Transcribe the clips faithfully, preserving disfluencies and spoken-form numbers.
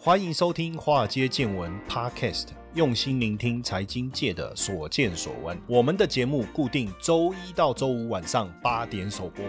欢迎收听华尔街见闻 Podcast， 用心聆听财经界的所见所闻。我们的节目固定周一到周五晚上八点首播。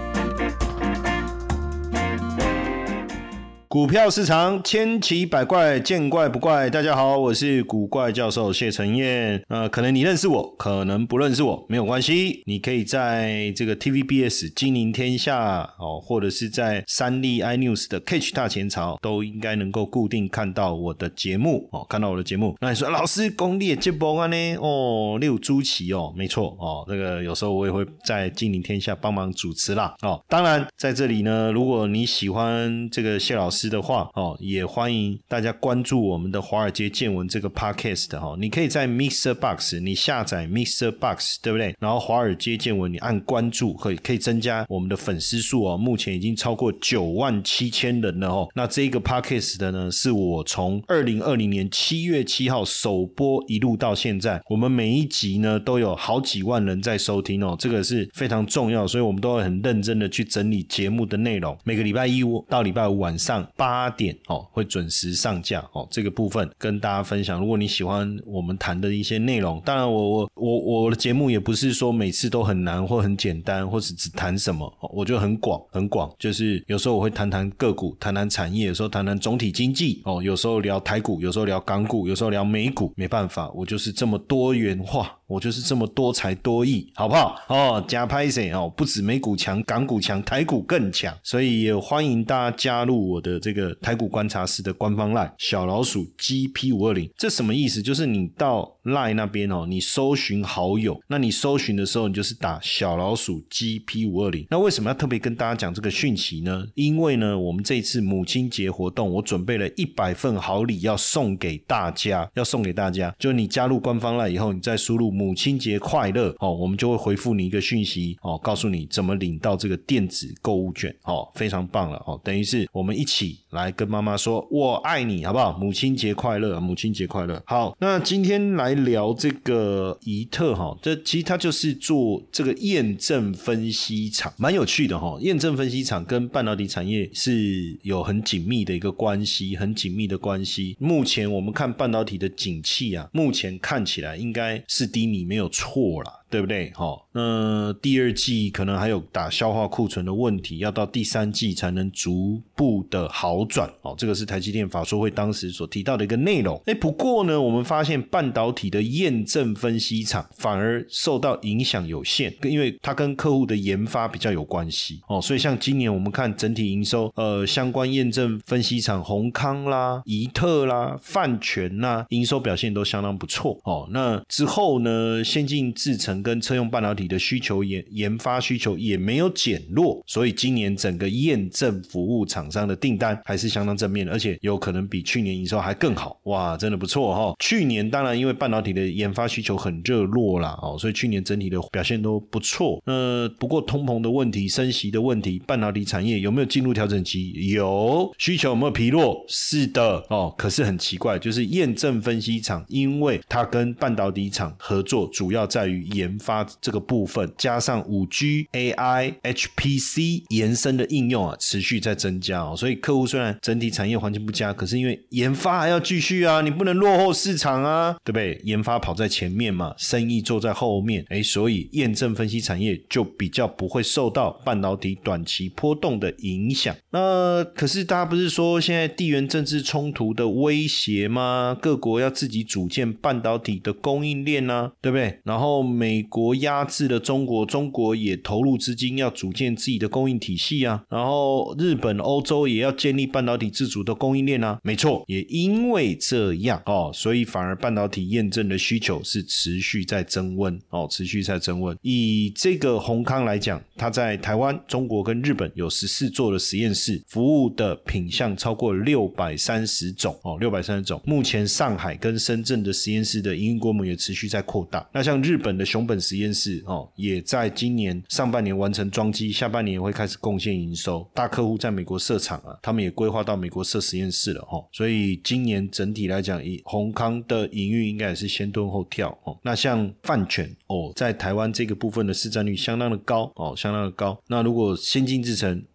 股票市场千奇百怪，见怪不怪。大家好，我是股怪教授谢承彦。呃，可能你认识我，可能不认识我，没有关系。你可以在这个 T V B S 金陵天下哦，或者是在三立 iNews 的 Catch 大前朝，都应该能够固定看到我的节目哦，看到我的节目。那你说老师功力也接不完呢？哦，你有朱奇哦，没错哦，这个有时候我也会在金陵天下帮忙主持啦哦。当然在这里呢，如果你喜欢这个谢老师的话哦，也欢迎大家关注我们的华尔街见闻这个 podcast 哦。你可以在 Mixer Box 你下载 Mixer Box 对不对？然后华尔街见闻你按关注，可以可以增加我们的粉丝数哦，目前已经超过九万七千人了哦。那这个 podcast 的呢，是我从二零二零年七月七号首播一路到现在，我们每一集呢都有好几万人在收听哦，这个是非常重要，所以我们都会很认真的去整理节目的内容。每个礼拜一到礼拜五晚上八点哦，会准时上架哦。这个部分跟大家分享，如果你喜欢我们谈的一些内容，当然我我我我的节目也不是说每次都很难或很简单，或是只谈什么，哦、我觉得很广很广，就是有时候我会谈谈个股，谈谈产业，有时候谈谈总体经济哦，有时候聊台股，有时候聊港股，有时候聊美股，没办法，我就是这么多元化。我就是这么多才多艺，好不好？哦，加拍谁哦，不止美股强，港股强，台股更强，所以也欢迎大家加入我的这个台股观察室的官方 LINE 小老鼠 G P 五二零。这什么意思？就是你到 LINE 那边哦，你搜寻好友，那你搜寻的时候，你就是打小老鼠 G P 五二零。那为什么要特别跟大家讲这个讯息呢？因为呢，我们这一次母亲节活动，我准备了一百份好礼要送给大家，要送给大家。就你加入官方 LINE 以后，你再输入母亲节快乐哦，我们就会回复你一个讯息哦，告诉你怎么领到这个电子购物券哦，非常棒了哦，等于是我们一起来跟妈妈说我爱你，好不好？母亲节快乐，母亲节快乐。好，那今天来聊这个宜特哈，这其实它就是做这个验证分析厂，蛮有趣的哈。验证分析厂跟半导体产业是有很紧密的一个关系，很紧密的关系。目前我们看半导体的景气啊，目前看起来应该是低迷，没有错啦，对不对？齁，那第二季可能还有打消化库存的问题，要到第三季才能逐步的好转哦。这个是台积电法说会当时所提到的一个内容。诶，不过呢，我们发现半导体的验证分析厂反而受到影响有限，因为它跟客户的研发比较有关系哦。所以像今年我们看整体营收，呃，相关验证分析厂宏康啦、宜特啦、泛全啦，营收表现都相当不错哦。那之后呢，先进制程跟车用半导体的需求研研发需求也没有减弱，所以今年整个验证服务厂商的订单还是相当正面的，而且有可能比去年营收还更好。哇，真的不错齁。去年当然因为半导体的研发需求很热络啦，哦，所以去年整体的表现都不错。呃，不过通膨的问题、升息的问题，半导体产业有没有进入调整期？有。需求有没有疲弱？是的哦。可是很奇怪，就是验证分析厂，因为它跟半导体厂合作，主要在于研发这个部分，加上 五 G、A I、H P C 延伸的应用啊，持续在增加哦。所以客户虽然整体产业环境不佳，可是因为研发还要继续啊，你不能落后市场啊，对不对？研发跑在前面嘛，生意做在后面，诶，所以验证分析产业就比较不会受到半导体短期波动的影响。那可是大家不是说现在地缘政治冲突的威胁吗？各国要自己组建半导体的供应链啊，对不对？然后美国压制了中国，中国也投入资金要组建自己的供应体系啊，然后日本、欧洲也要建立半导体自主的供应链啊，没错，也因为这样哦，所以反而半导体验证的需求是持续在增温哦，持续在增温。以这个宏康来讲，它在台湾、中国跟日本有十四座的实验室，服务的品项超过六百三十种哦，六百三十种。目前上海跟深圳的实验室的营运规模也持续在扩大。那像日本的熊本实验室哦，也在今年上半年完成装机，下半年会开始贡献营收。大客户在美国设厂啊，他们也规划到美国设实验室了哦，所以今年整体来讲，以宏康的营运应该也是先蹲后跳哦。那像泛全哦，在台湾这个部分的市占率相当的高哦，相当的高。那如果先进制程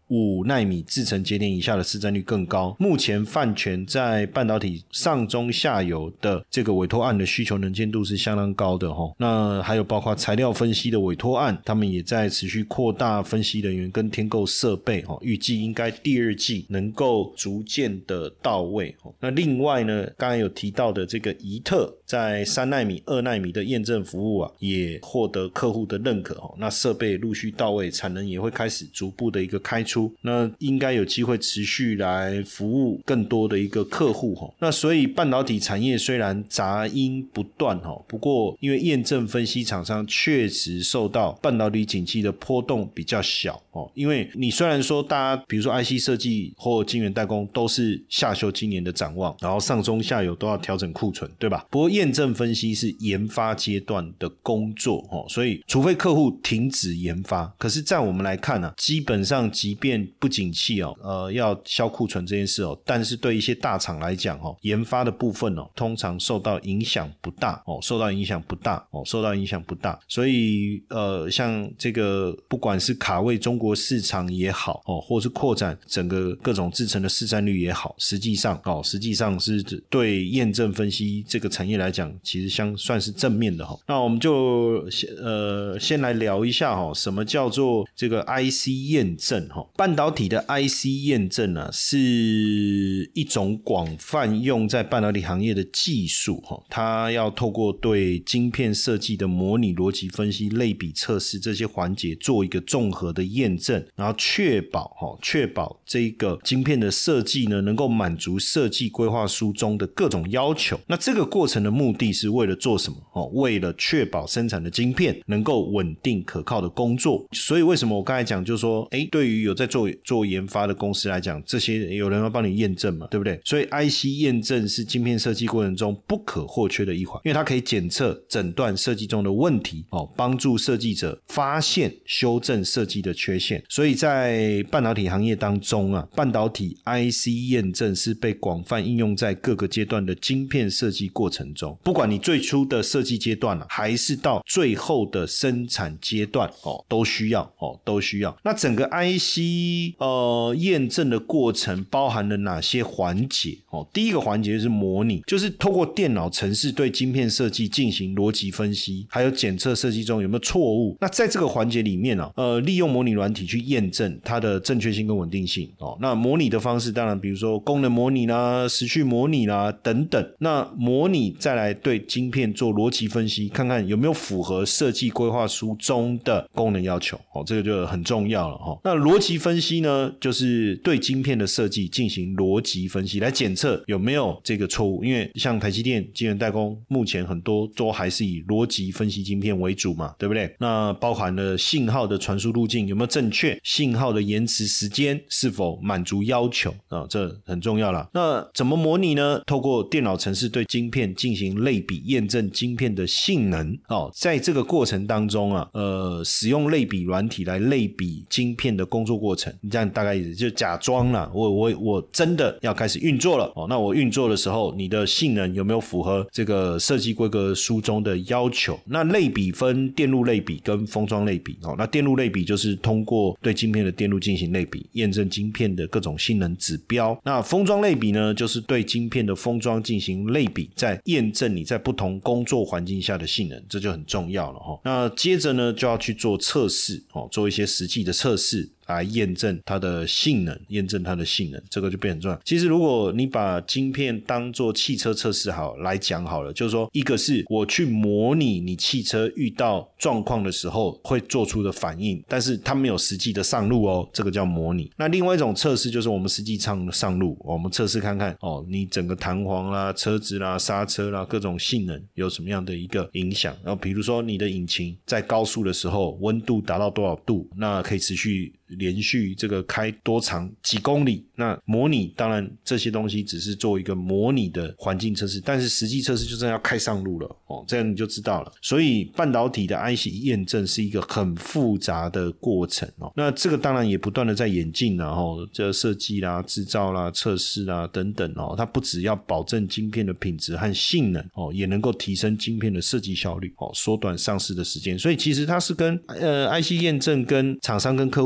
五奈米制程节点以下的市占率更高。目前泛权在半导体上中下游的这个委托案的需求能见度是相当高的齁。那还有包括材料分析的委托案，他们也在持续扩大分析人员跟添购设备齁，预计应该第二季能够逐渐的到位齁。那另外呢，刚才有提到的这个怡特在三奈米、二奈米的验证服务啊，也获得客户的认可齁。那设备陆续到位，产能也会开始逐步的一个开出，那应该有机会持续来服务更多的一个客户齁。那所以半导体产业虽然杂音不断齁，不过因为验证分析厂商确实受到半导体景气的波动比较小齁。因为你虽然说大家比如说 I C 设计或晶圆代工都是下修今年的展望，然后上中下游都要调整库存，对吧？不过验证分析是研发阶段的工作齁，所以除非客户停止研发，可是在我们来看啊，基本上即便不景气哦，呃，要销库存这件事哦，但是对一些大厂来讲哦，研发的部分哦，通常受到影响不大哦，受到影响不大哦，受到影响不大，所以呃，像这个不管是卡位中国市场也好哦，或是扩展整个各种制程的市占率也好，实际上哦，实际上是对验证分析这个产业来讲，其实相算是正面的哈、哦。那我们就呃先来聊一下哈、哦，什么叫做这个 I C 验证哈、哦？半导体的 I C 验证呢、啊，是一种广泛用在半导体行业的技术哈、哦，它要透过对晶片设计的模拟、逻辑分析、类比测试这些环节做一个综合的验证，然后确保哈、哦，确保这个晶片的设计呢，能够满足设计规划书中的各种要求。那这个过程的目的是为了做什么？哦，为了确保生产的晶片能够稳定可靠的工作。所以为什么我刚才讲就是说，诶，对于有在做做研发的公司来讲，这些有人要帮你验证嘛，对不对？所以 I C 验证是晶片设计过程中不可或缺的一环，因为它可以检测、诊断设计中的问题，哦，帮助设计者发现、修正设计的缺陷。所以在半导体行业当中啊，半导体 I C 验证是被广泛应用在各个阶段的晶片设计过程中，不管你最初的设计阶段、啊、还是到最后的生产阶段哦，都需要哦，都需要。那整个 I C 呃验证的过程包含了哪些环节哦？第一个环节就是模拟，就是透过电脑程式对晶片设计进行逻辑分析，还有检测设计中有没有错误。那在这个环节里面啊，呃，利用模拟软体去验证它的正确性跟稳定性哦。那模拟的方式当然比如说功能模拟啦、时序模拟啦等等。那模拟再来对晶片做逻辑分析，看看有没有符合设计规划书中的功能要求哦，这个就很重要了哈、哦。那逻辑分析呢，就是对晶片的设计进行逻辑分析，来检测有没有这个错误。因为像台积电晶圆代工，目前很多都还是以逻辑分析晶片为主嘛，对不对？那包含了信号的传输路径有没有正确，信号的延迟时间是否满足要求啊、哦，这很重要啦。那怎么模拟呢？透过电脑程式对晶片进行类比，验证晶片的性能哦。在这个过程当中啊，呃，使用类比软体来类比晶片的工作过程，这样大概意思就假装啦，我我我真的要开始运作了哦。那我运作的时候，你的性能有没有符合这个设计规格书中的要求？那类比分电路类比跟封装类比哦。那电路类比就是通过对晶片的电路进行类比，验证晶片的各种性能指标。那封装类比呢，就是对晶片的封装进行类比，在验证你在不同工作环境下的性能，这就很重要了齁。那接着呢，就要去做测试齁，做一些实际的测试，来验证它的性能，验证它的性能，这个就变很重要。其实如果你把晶片当作汽车测试好来讲好了，就是说一个是我去模拟你汽车遇到状况的时候会做出的反应，但是它没有实际的上路哦，这个叫模拟。那另外一种测试就是我们实际上上路，我们测试看看哦，你整个弹簧啦、车子啦、刹车啦各种性能有什么样的一个影响。然后比如说你的引擎在高速的时候温度达到多少度，那可以持续连续这个开多长几公里。那模拟当然这些东西只是做一个模拟的环境测试，但是实际测试就真的要开上路了哦，这样你就知道了。所以半导体的 I C 验证是一个很复杂的过程哦。那这个当然也不断的在演进啦哦，这设计啦、制造啦、测试啦等等哦，它不只要保证晶片的品质和性能哦，也能够提升晶片的设计效率哦，缩短上市的时间。所以其实它是跟呃 I C 验证跟厂商跟客户之间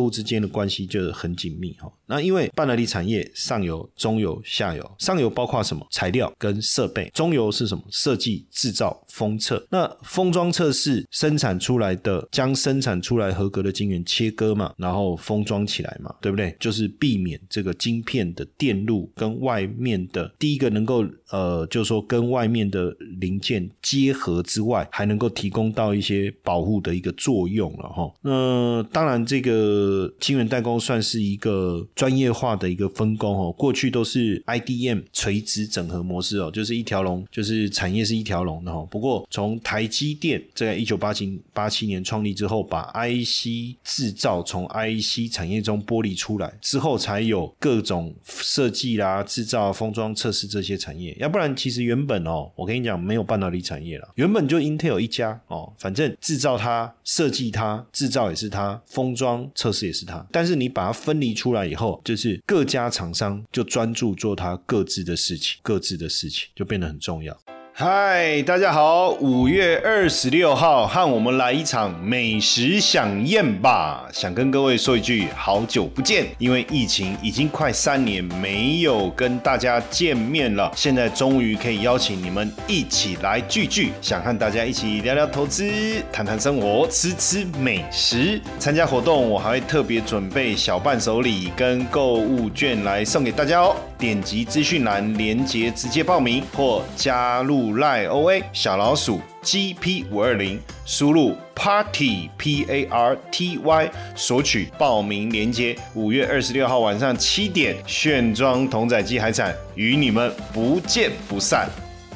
的关系就很紧密。那因为半导体产业上游、中游、下游，上游包括什么？材料跟设备，中游是什么？设计、制造、封测。那封装测试生产出来的，将生产出来合格的晶圆切割嘛，然后封装起来嘛，对不对？就是避免这个晶片的电路跟外面的第一个能够呃，就是说跟外面的零件结合之外，还能够提供到一些保护的一个作用了齁。那当然这个晶圆代工算是一个专业化的一个分工齁，过去都是 I D M 垂直整合模式哦，就是一条龙，就是产业是一条龙的齁。不过从台积电在一九八七年创立之后，把 I C 制造从 I C 产业中剥离出来之后，才有各种设计啦、制造、封装、测试这些产业。要不然其实原本哦，我跟你讲没有半导体产业啦，原本就 Intel 一家哦，反正制造它、设计它、制造也是它、封装、测试也是它。但是你把它分离出来以后，就是各家厂商就专注做它各自的事情，各自的事情就变得很重要。嗨，大家好，五月二十六号和我们来一场美食飨宴吧。想跟各位说一句好久不见，因为疫情已经快三年没有跟大家见面了，现在终于可以邀请你们一起来聚聚，想和大家一起聊聊投资，谈谈生活，吃吃美食。参加活动我还会特别准备小伴手礼跟购物券来送给大家哦。点击资讯栏连结直接报名，或加入 LINE O A 小老鼠 G P 五二零， 输入 Party P A R T Y 索取报名连结。五月二十六号晚上七点，炫装同载机海产与你们不见不散。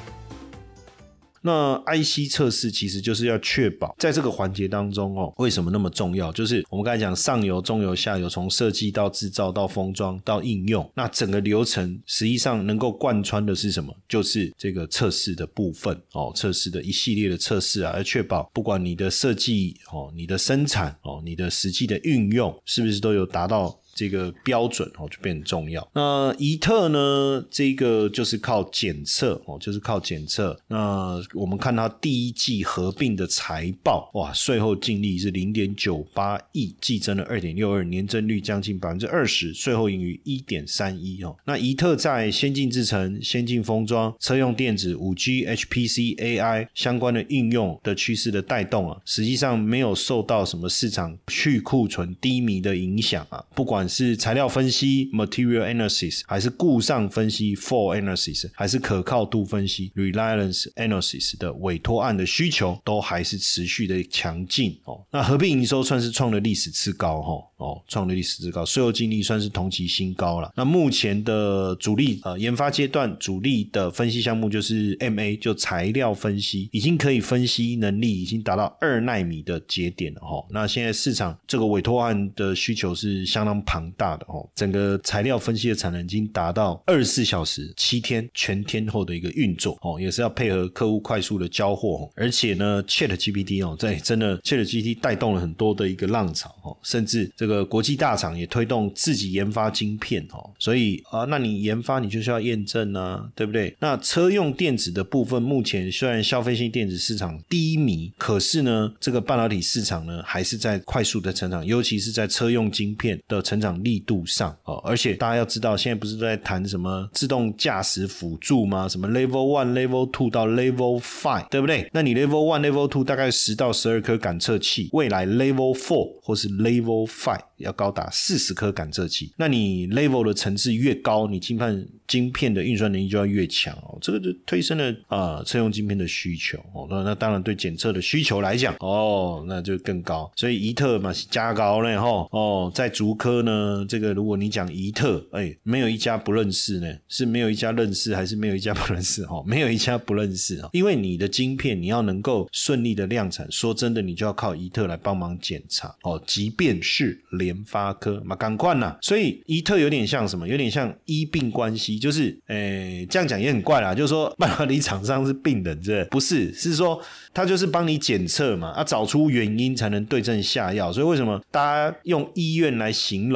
那 I C 测试其实就是要确保在这个环节当中哦，为什么那么重要？就是我们刚才讲上游、中游、下游，从设计到制造到封装到应用，那整个流程实际上能够贯穿的是什么？就是这个测试的部分哦，测试的一系列的测试啊，要确保不管你的设计哦、你的生产哦、你的实际的运用是不是都有达到这个标准哦，就变很重要。那宜特呢，这个就是靠检测哦，就是靠检测。那我们看它第一季合并的财报，哇，税后净利是 零点九八亿，季增了 二点六二， 年增率将近 百分之二十， 税后盈余 一点三一 哦。那宜特在先进制程、先进封装、车用电子、五 G、H P C、A I 相关的应用的趋势的带动啊，实际上没有受到什么市场去库存低迷的影响啊，不管是材料分析 Material Analysis， 还是固上分析 For Analysis， 还是可靠度分析 Reliance Analysis 的委托案的需求都还是持续的强劲哦。那合并营收算是创了历史次高哦，哦创了历史次高，税后净利算是同期新高了。那目前的主力呃研发阶段主力的分析项目就是 M A， 就材料分析，已经可以分析能力已经达到二奈米的节点了哦。那现在市场这个委托案的需求是相当庞大的哦，整个材料分析的产能已经达到二十四小时七天全天候的一个运作哦，也是要配合客户快速的交货哦。而且呢 ChatGPT 哦，在真的 ChatGPT 带动了很多的一个浪潮哦，甚至这个国际大厂也推动自己研发晶片哦，所以啊，那你研发你就是要验证啊，对不对？那车用电子的部分，目前虽然消费性电子市场低迷，可是呢，这个半导体市场呢还是在快速的成长，尤其是在车用晶片的成长力度上哦。而且大家要知道，现在不是都在谈什么自动驾驶辅助吗？什么 Level 一 Level 二到 Level 五， 对不对？那你 Level 一 Level 二大概十到十二颗感测器，未来 Level 四或是 Level 五要高达四十颗感测器，那你 Level 的层次越高，你晶片晶片的运算能力就要越强哦，这个就推升了呃车用晶片的需求哦。那那当然对检测的需求来讲哦，那就更高，所以宜特嘛是加高了齁哦，在竹科呢，这个如果你讲宜特，哎，没有一家不认识呢，是没有一家认识还是没有一家不认识哦？没有一家不认识哦，因为你的晶片你要能够顺利的量产，说真的，你就要靠宜特来帮忙检查哦，即便是联发科嘛，赶快啦。所以宜特有点像什么？有点像医病关系，就是诶，这样讲也很怪啦，就是说半导体厂商是病人，是不是？是说他就是帮你检测嘛，啊，找出原因才能对症下药。所以为什么大家用医院来形容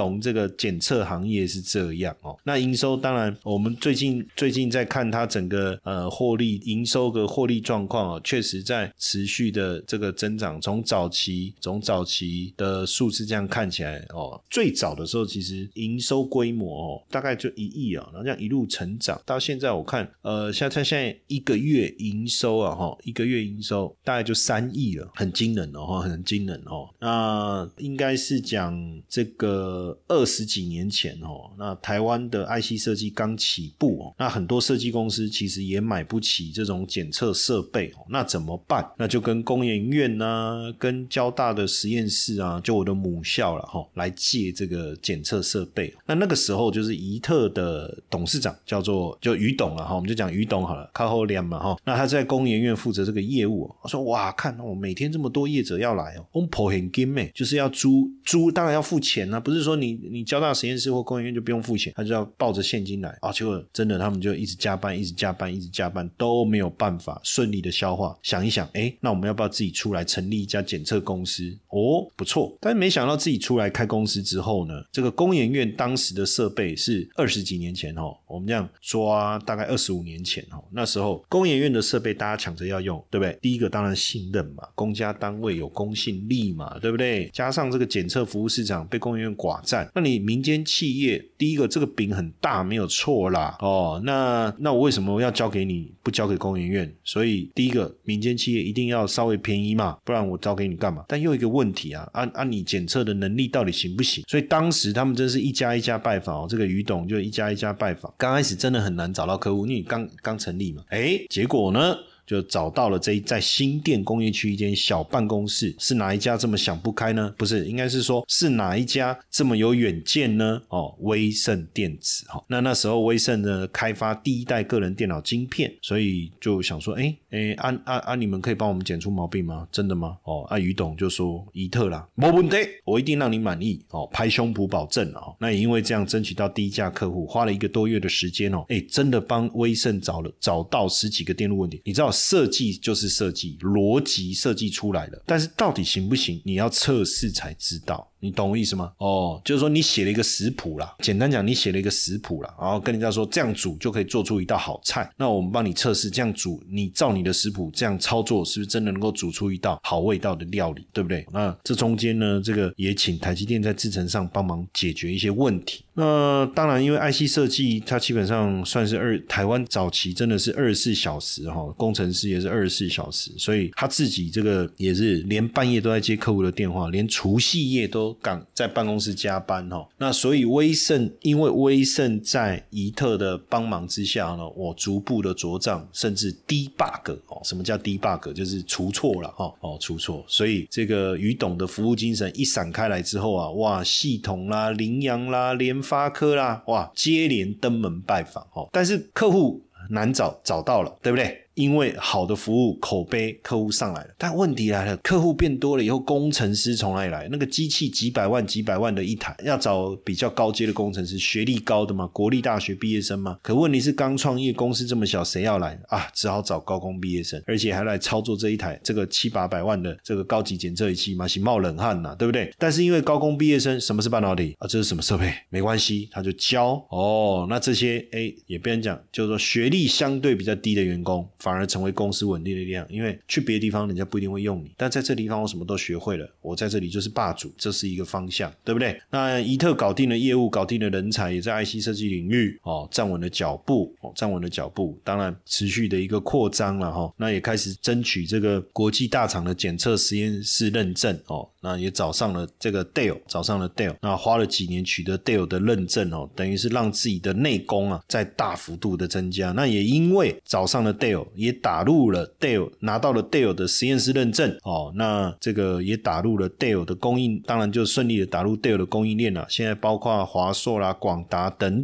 龙这个检测行业是这样哦。那营收当然我们最近最近在看它整个呃获利营收的获利状况哦，确实在持续的这个增长，从早期从早期的数字这样看起来哦，最早的时候其实营收规模哦大概就一亿啊，然后这样一路成长到现在，我看呃像它现在一个月营收啊哈，一个月营收大概就三亿了，很惊人哦，很惊人哦。那应该是讲这个二十几年前哦，那台湾的 I C 设计刚起步哦，那很多设计公司其实也买不起这种检测设备哦，那怎么办？那就跟工研院啊，跟交大的实验室啊，就我的母校啦齁，来借这个检测设备。那那个时候就是宜特的董事长叫做就于董啦齁，我们就讲于董好了，靠后连嘛齁。那他在工研院负责这个业务哦，我说哇，看我、哦、每天这么多业者要来哦，我们抛很金诶，就是要租租，当然要付钱啊，不是说你你交大实验室或工研院就不用付钱，他就要抱着现金来啊。结果真的他们就一直加班，一直加班，一直加班，都没有办法顺利的消化。想一想，诶，那我们要不要自己出来成立一家检测公司？哦，不错。但是没想到自己出来开公司之后呢，这个工研院当时的设备是二十几年前哦，我们这样抓大概二十五年前哦，那时候工研院的设备大家抢着要用，对不对？第一个当然信任嘛，公家单位有公信力嘛，对不对？加上这个检测服务市场被工研院寡占，那你民间企业第一个这个饼很大没有错啦哦，那那我为什么要交给你不交给工研院？所以第一个民间企业一定要稍微便宜嘛，不然我交给你干嘛？但又有一个问题啊，啊啊你检测的能力到底行不行？所以当时他们真是一家一家拜访哦，这个于董就一家一家拜访，刚开始真的很难找到客户，因为你刚刚成立嘛，诶，结果呢？就找到了这一在新店工业区一间小办公室，是哪一家这么想不开呢？不是，应该是说是哪一家这么有远见呢？哦，威盛电子哈、哦。那那时候威盛呢开发第一代个人电脑晶片，所以就想说，哎哎，啊啊啊，你们可以帮我们检出毛病吗？真的吗？哦，啊，于董就说宜特啦，没问题，我一定让你满意哦，拍胸脯保证哦。那也因为这样争取到第一家客户，花了一个多月的时间哦，哎，真的帮威盛找了找到十几个电路问题，你知道。设计就是设计，逻辑设计出来了，但是到底行不行，你要测试才知道。你懂我意思吗？哦，就是说你写了一个食谱啦，简单讲你写了一个食谱啦，然后跟人家说这样煮就可以做出一道好菜，那我们帮你测试这样煮，你照你的食谱这样操作是不是真的能够煮出一道好味道的料理，对不对？那这中间呢，这个也请台积电在制程上帮忙解决一些问题。那当然因为 I C 设计它基本上算是二台湾早期真的是二十四小时齁，工程师也是二十四小时，所以他自己这个也是连半夜都在接客户的电话，连除夕夜都赶在办公室加班齁。那所以威盛因为威盛在宜特的帮忙之下呢，我逐步的茁壮，甚至 debug 哦，什么叫 debug？ 就是除错了齁哦，除错。所以这个于董的服务精神一闪开来之后啊，哇，系统啦、羚羊啦、联发科啦，哇，接连登门拜访齁。但是客户难找，找到了，对不对？因为好的服务口碑客户上来了，但问题来了，客户变多了以后工程师从哪里来？那个机器几百万几百万的一台，要找比较高阶的工程师，学历高的嘛，国立大学毕业生嘛。可问题是刚创业公司这么小，谁要来啊？只好找高工毕业生，而且还来操作这一台这个七八百万的这个高级检测仪器嘛，是冒冷汗呐，对不对？但是因为高工毕业生，什么是半导体啊？这是什么设备？没关系，他就教哦。那这些哎也别人讲，就是说学历相对比较低的员工。反而成为公司稳定的力量，因为去别的地方人家不一定会用你，但在这地方我什么都学会了，我在这里就是霸主，这是一个方向，对不对？那宜特搞定了业务，搞定了人才，也在 I C 设计领域哦站稳了脚步，哦站稳了脚步，当然持续的一个扩张了哈、哦，那也开始争取这个国际大厂的检测实验室认证哦，那也找上了这个 D A I L， 找上了 D A I L， 那花了几年取得 D A I L 的认证哦，等于是让自己的内功啊在大幅度的增加，那也因为找上了 D A I L。也打入了 D A I L， 拿到了 D A I L 的实验室认证哦，那这个也打入了 D A I L 的供应，当然就顺利的打入 D A I L 的供应链了。现在包括华硕啦、广达等等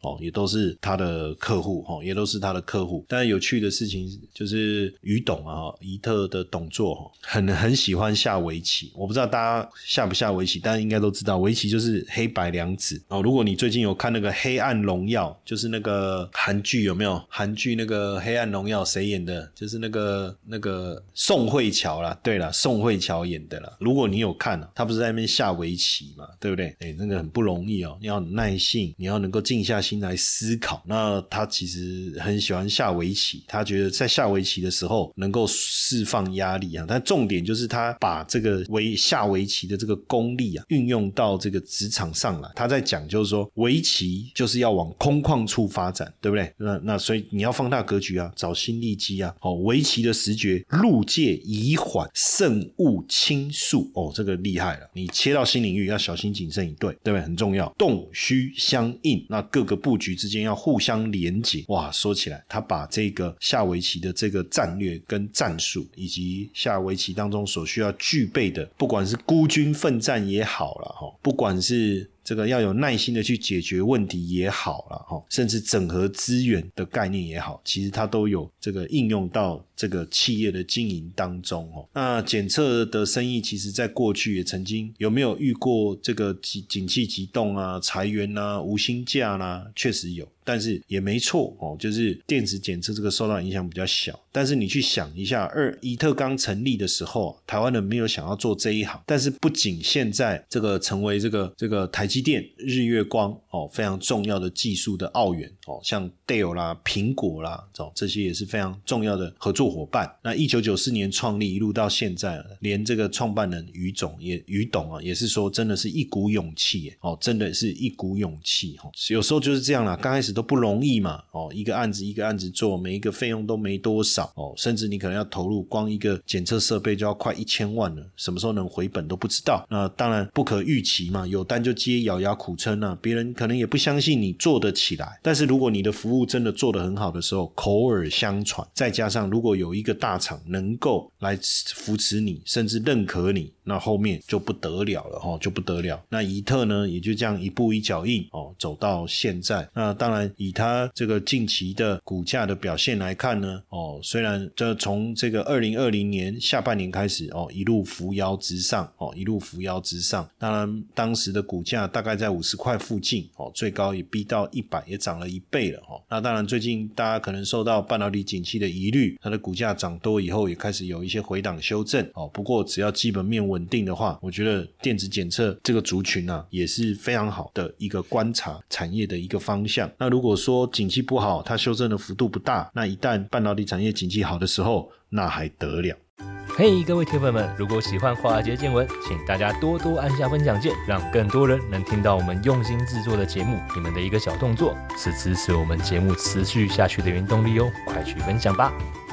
哦，也都是他的客户哦，也都是他的客户。但有趣的事情就是于董啊，宜特的董座很很喜欢下围棋。我不知道大家下不下围棋，但应该都知道围棋就是黑白两子哦。如果你最近有看那个《黑暗荣耀》，就是那个韩剧有没有？韩剧那个《黑暗荣耀》谁演的？就是那个那个宋慧乔啦，对啦，宋慧乔演的啦。如果你有看啊，他不是在那边下围棋嘛，对不对？哎，那个很不容易哦，你要有耐性，你要能够静下心来思考。那他其实很喜欢下围棋，他觉得在下围棋的时候能够释放压力啊。但重点就是他把这个围下围棋的这个功力啊运用到这个职场上来。他在讲就是说，围棋就是要往空旷处发展，对不对？那那所以你要放大格局啊，找新利基啊。哦，围棋的十诀：入界宜缓，慎勿轻速。哦，这个厉害了，你切到新领域要小心谨慎以对，对不对？很重要。动虚相应，那各个布局之间要互相连结。哇，说起来，他把这个下围棋的这个战略跟战术，以及下围棋当中所需要具备的，不管是孤军奋战也好啦，不管是这个要有耐心的去解决问题也好啦，甚至整合资源的概念也好，其实它都有这个应用到这个企业的经营当中。那检测的生意其实在过去也曾经有没有遇过这个景气急动啊、裁员啊、无薪假啦，确实有，但是也没错哦，就是电子检测这个受到影响比较小。但是你去想一下，二宜特刚成立的时候，台湾人没有想要做这一行，但是不仅现在这个成为这个这个台积电、日月光哦非常重要的技术的澳元哦，像 Dell 啦、苹果啦哦，这些也是非常重要的合作伙伴。那一九九四年创立一路到现在，连这个创办人于总也于董啊，也是说真的是一股勇气耶哦，真的是一股勇气哦。有时候就是这样啦，刚开始都不容易嘛哦，一个案子一个案子做，每一个费用都没多少哦，甚至你可能要投入光一个检测设备就要快一千万了，什么时候能回本都不知道。那当然不可预期嘛，有单就接，咬牙苦撑啊，别人可能也不相信你做得起来。但是如果你的服务真的做得很好的时候，口耳相传，再加上如果有一个大厂能够来扶持你，甚至认可你，那后面就不得了了齁，就不得了。那宜特呢，也就这样一步一脚印哦，走到现在。那当然以它这个近期的股价的表现来看呢，哦，虽然这从这个二零二零年下半年开始哦，一路扶摇直上哦，一路扶摇直上。当然当时的股价大概在五十块附近哦，最高也逼到一百，也涨了一倍了哦。那当然最近大家可能受到半导体景气的疑虑，它的股价涨多以后也开始有一些回档修正哦。不过只要基本面稳定的话，我觉得电子检测这个族群啊也是非常好的一个观察产业的一个方向。那如果说景气不好，它修正的幅度不大，那一旦半导体产业景气好的时候，那还得了。 嘿、hey, 各位铁粉们，如果喜欢华尔街见闻，请大家多多按下分享键，让更多人能听到我们用心制作的节目。你们的一个小动作是支持我们节目持续下去的原动力哦，快去分享吧。